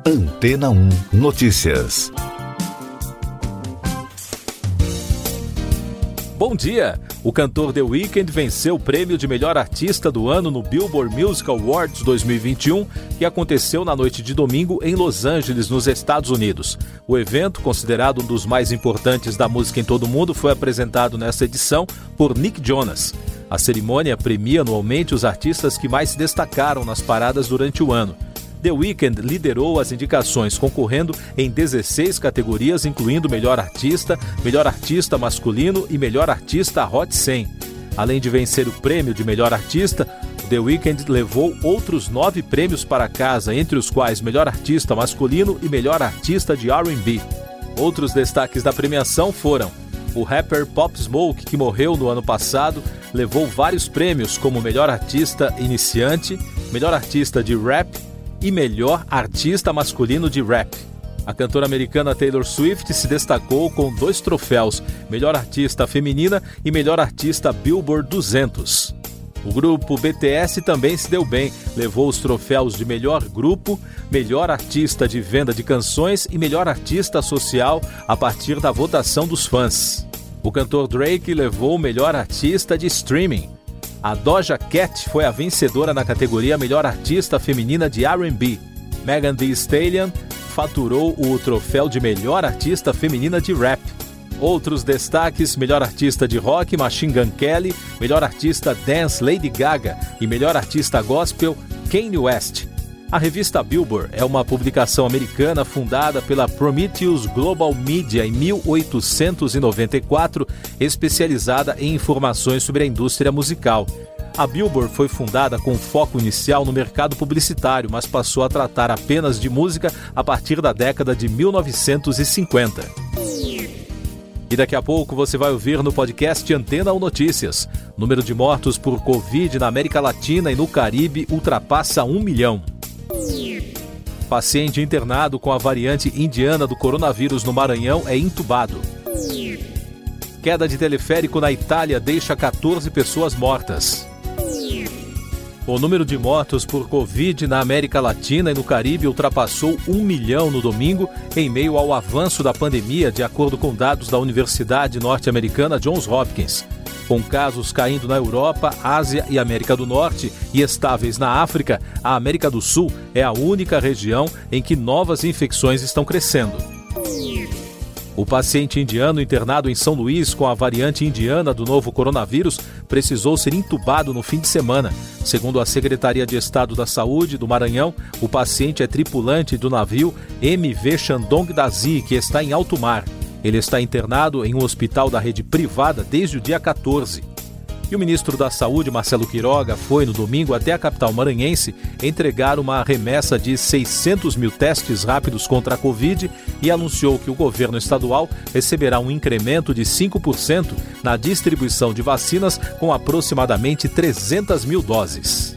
Antena 1 Notícias. Bom dia! O cantor The Weeknd venceu o prêmio de melhor artista do ano no Billboard Music Awards 2021, que aconteceu na noite de domingo em Los Angeles, nos Estados Unidos. O evento, considerado um dos mais importantes da música em todo o mundo, foi apresentado nesta edição por Nick Jonas. A cerimônia premia anualmente os artistas que mais se destacaram nas paradas durante o ano. The Weeknd liderou as indicações, concorrendo em 16 categorias, incluindo Melhor Artista Masculino e Melhor Artista Hot 100. Além de vencer o prêmio de Melhor Artista, The Weeknd levou outros 9 prêmios para casa, entre os quais Melhor Artista Masculino e Melhor Artista de R&B. Outros destaques da premiação foram: o rapper Pop Smoke, que morreu no ano passado, levou vários prêmios como Melhor Artista Iniciante, Melhor Artista de Rap e Melhor Artista Masculino de Rap. A cantora americana Taylor Swift se destacou com 2 troféus, Melhor Artista Feminina e Melhor Artista Billboard 200. O grupo BTS também se deu bem, levou os troféus de Melhor Grupo, Melhor Artista de Venda de Canções e Melhor Artista Social a partir da votação dos fãs. O cantor Drake levou o Melhor Artista de Streaming. A Doja Cat foi a vencedora na categoria Melhor Artista Feminina de R&B. Megan Thee Stallion faturou o troféu de Melhor Artista Feminina de Rap. Outros destaques: Melhor Artista de Rock, Machine Gun Kelly, Melhor Artista Dance, Lady Gaga e Melhor Artista Gospel, Kanye West. A revista Billboard é uma publicação americana fundada pela Prometheus Global Media em 1894, especializada em informações sobre a indústria musical. A Billboard foi fundada com foco inicial no mercado publicitário, mas passou a tratar apenas de música a partir da década de 1950. E daqui a pouco você vai ouvir no podcast Antena 1 Notícias. Número de mortos por Covid na América Latina e no Caribe ultrapassa 1 milhão. Paciente internado com a variante indiana do coronavírus no Maranhão é intubado. Queda de teleférico na Itália deixa 14 pessoas mortas. O número de mortos por Covid na América Latina e no Caribe ultrapassou 1 milhão no domingo, em meio ao avanço da pandemia, de acordo com dados da Universidade Norte-Americana Johns Hopkins. Com casos caindo na Europa, Ásia e América do Norte e estáveis na África, a América do Sul é a única região em que novas infecções estão crescendo. O paciente indiano internado em São Luís com a variante indiana do novo coronavírus precisou ser intubado no fim de semana. Segundo a Secretaria de Estado da Saúde do Maranhão, o paciente é tripulante do navio MV Shandong Dazi, que está em alto mar. Ele está internado em um hospital da rede privada desde o dia 14. E o ministro da Saúde, Marcelo Queiroga, foi no domingo até a capital maranhense entregar uma remessa de 600 mil testes rápidos contra a Covid e anunciou que o governo estadual receberá um incremento de 5% na distribuição de vacinas, com aproximadamente 300 mil doses.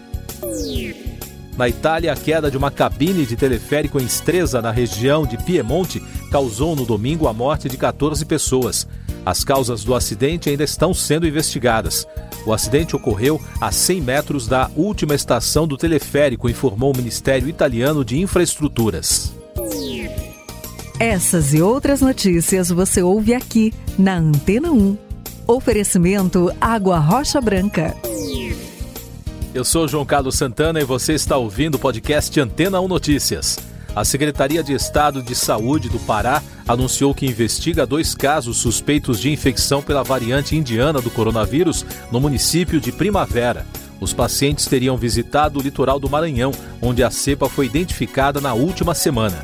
Na Itália, a queda de uma cabine de teleférico em Stresa, na região de Piemonte, causou no domingo a morte de 14 pessoas. As causas do acidente ainda estão sendo investigadas. O acidente ocorreu a 100 metros da última estação do teleférico, informou o Ministério Italiano de Infraestruturas. Essas e outras notícias você ouve aqui na Antena 1. Oferecimento Água Rocha Branca. Eu sou João Carlos Santana e você está ouvindo o podcast Antena 1 Notícias. A Secretaria de Estado de Saúde do Pará anunciou que investiga 2 casos suspeitos de infecção pela variante indiana do coronavírus no município de Primavera. Os pacientes teriam visitado o litoral do Maranhão, onde a cepa foi identificada na última semana.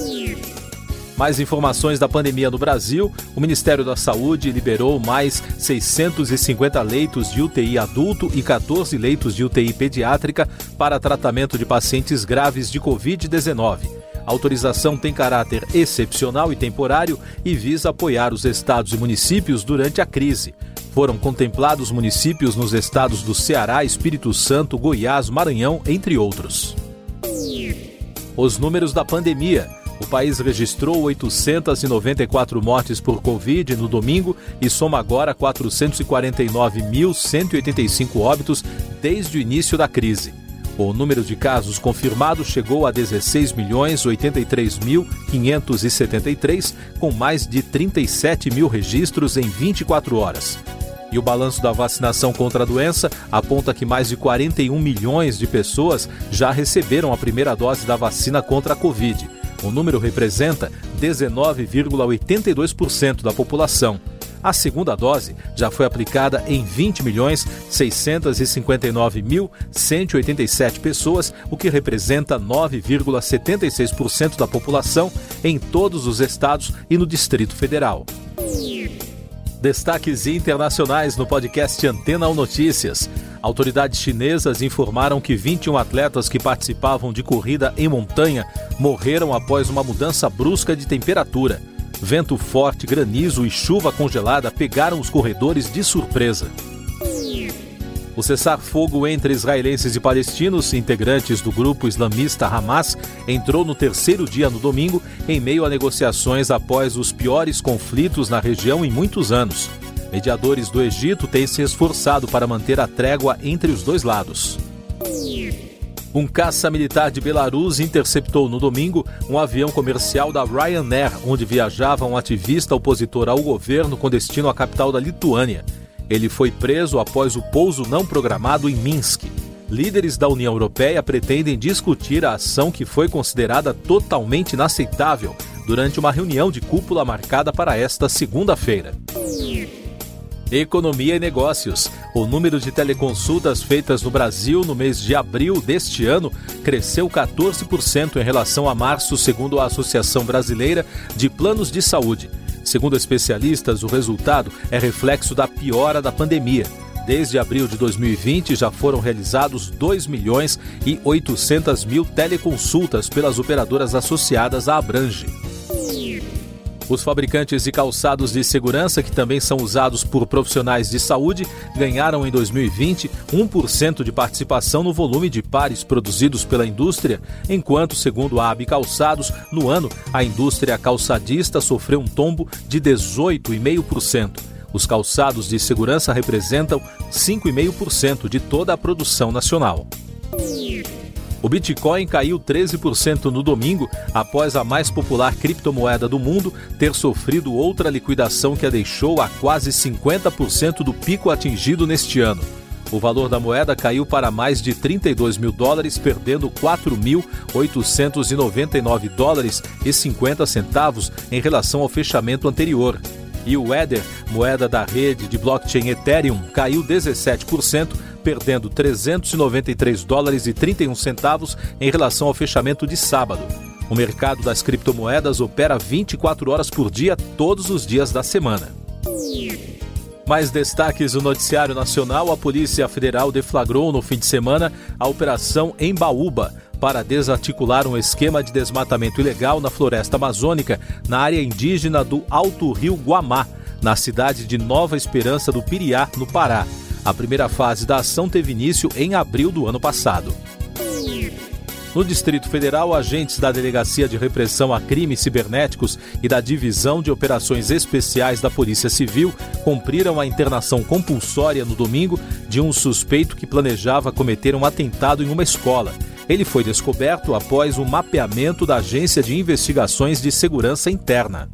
Mais informações da pandemia no Brasil: o Ministério da Saúde liberou mais 650 leitos de UTI adulto e 14 leitos de UTI pediátrica para tratamento de pacientes graves de Covid-19. A autorização tem caráter excepcional e temporário e visa apoiar os estados e municípios durante a crise. Foram contemplados municípios nos estados do Ceará, Espírito Santo, Goiás, Maranhão, entre outros. Os números da pandemia. O país registrou 894 mortes por Covid no domingo e soma agora 449.185 óbitos desde o início da crise. O número de casos confirmados chegou a 16.083.573, com mais de 37 mil registros em 24 horas. E o balanço da vacinação contra a doença aponta que mais de 41 milhões de pessoas já receberam a primeira dose da vacina contra a Covid. O número representa 19,82% da população. A segunda dose já foi aplicada em 20.659.187 pessoas, o que representa 9,76% da população em todos os estados e no Distrito Federal. Destaques internacionais no podcast Antena 1 Notícias. Autoridades chinesas informaram que 21 atletas que participavam de corrida em montanha morreram após uma mudança brusca de temperatura. Vento forte, granizo e chuva congelada pegaram os corredores de surpresa. O cessar-fogo entre israelenses e palestinos, integrantes do grupo islamista Hamas, entrou no terceiro dia no domingo, em meio a negociações após os piores conflitos na região em muitos anos. Mediadores do Egito têm se esforçado para manter a trégua entre os dois lados. Um caça militar de Belarus interceptou no domingo um avião comercial da Ryanair, onde viajava um ativista opositor ao governo com destino à capital da Lituânia. Ele foi preso após o pouso não programado em Minsk. Líderes da União Europeia pretendem discutir a ação que foi considerada totalmente inaceitável durante uma reunião de cúpula marcada para esta segunda-feira. Economia e negócios. O número de teleconsultas feitas no Brasil no mês de abril deste ano cresceu 14% em relação a março, segundo a Associação Brasileira de Planos de Saúde. Segundo especialistas, o resultado é reflexo da piora da pandemia. Desde abril de 2020, já foram realizados 2.800.000 teleconsultas pelas operadoras associadas à Abrange. Os fabricantes de calçados de segurança, que também são usados por profissionais de saúde, ganharam em 2020 1% de participação no volume de pares produzidos pela indústria, enquanto, segundo a AB Calçados, no ano, a indústria calçadista sofreu um tombo de 18,5%. Os calçados de segurança representam 5,5% de toda a produção nacional. O Bitcoin caiu 13% no domingo, após a mais popular criptomoeda do mundo ter sofrido outra liquidação que a deixou a quase 50% do pico atingido neste ano. O valor da moeda caiu para mais de 32 mil dólares, perdendo 4.899 dólares e 50 centavos em relação ao fechamento anterior. E o Ether, moeda da rede de blockchain Ethereum, caiu 17%, perdendo 393 dólares e 31 centavos em relação ao fechamento de sábado. O mercado das criptomoedas opera 24 horas por dia, todos os dias da semana. Mais destaques no noticiário nacional: a Polícia Federal deflagrou no fim de semana a Operação Embaúba para desarticular um esquema de desmatamento ilegal na floresta amazônica, na área indígena do Alto Rio Guamá, na cidade de Nova Esperança do Piriá, no Pará. A primeira fase da ação teve início em abril do ano passado. No Distrito Federal, agentes da Delegacia de Repressão a Crimes Cibernéticos e da Divisão de Operações Especiais da Polícia Civil cumpriram a internação compulsória no domingo de um suspeito que planejava cometer um atentado em uma escola. Ele foi descoberto após um mapeamento da Agência de Investigações de Segurança Interna.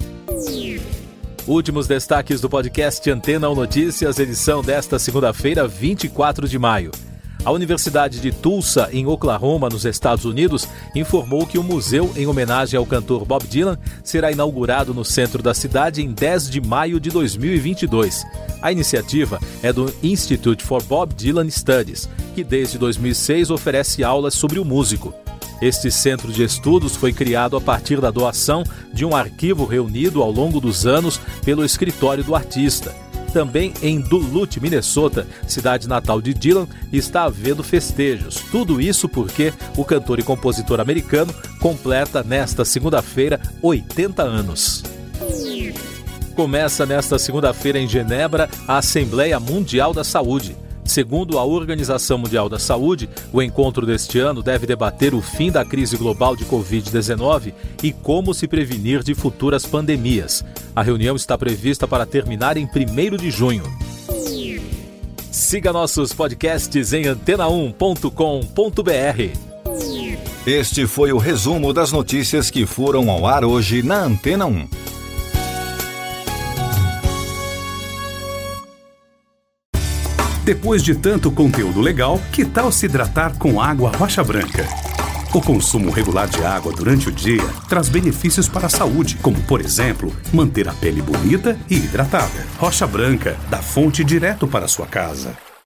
Últimos destaques do podcast Antena 1 Notícias, edição desta segunda-feira, 24 de maio. A Universidade de Tulsa, em Oklahoma, nos Estados Unidos, informou que um museu em homenagem ao cantor Bob Dylan será inaugurado no centro da cidade em 10 de maio de 2022. A iniciativa é do Institute for Bob Dylan Studies, que desde 2006 oferece aulas sobre o músico. Este centro de estudos foi criado a partir da doação de um arquivo reunido ao longo dos anos pelo escritório do artista. Também em Duluth, Minnesota, cidade natal de Dylan, está havendo festejos. Tudo isso porque o cantor e compositor americano completa nesta segunda-feira 80 anos. Começa nesta segunda-feira em Genebra a Assembleia Mundial da Saúde. Segundo a Organização Mundial da Saúde, o encontro deste ano deve debater o fim da crise global de Covid-19 e como se prevenir de futuras pandemias. A reunião está prevista para terminar em 1º de junho. Siga nossos podcasts em antena1.com.br. Este foi o resumo das notícias que foram ao ar hoje na Antena 1. Depois de tanto conteúdo legal, que tal se hidratar com água Rocha Branca? O consumo regular de água durante o dia traz benefícios para a saúde, como, por exemplo, manter a pele bonita e hidratada. Rocha Branca, da fonte direto para a sua casa.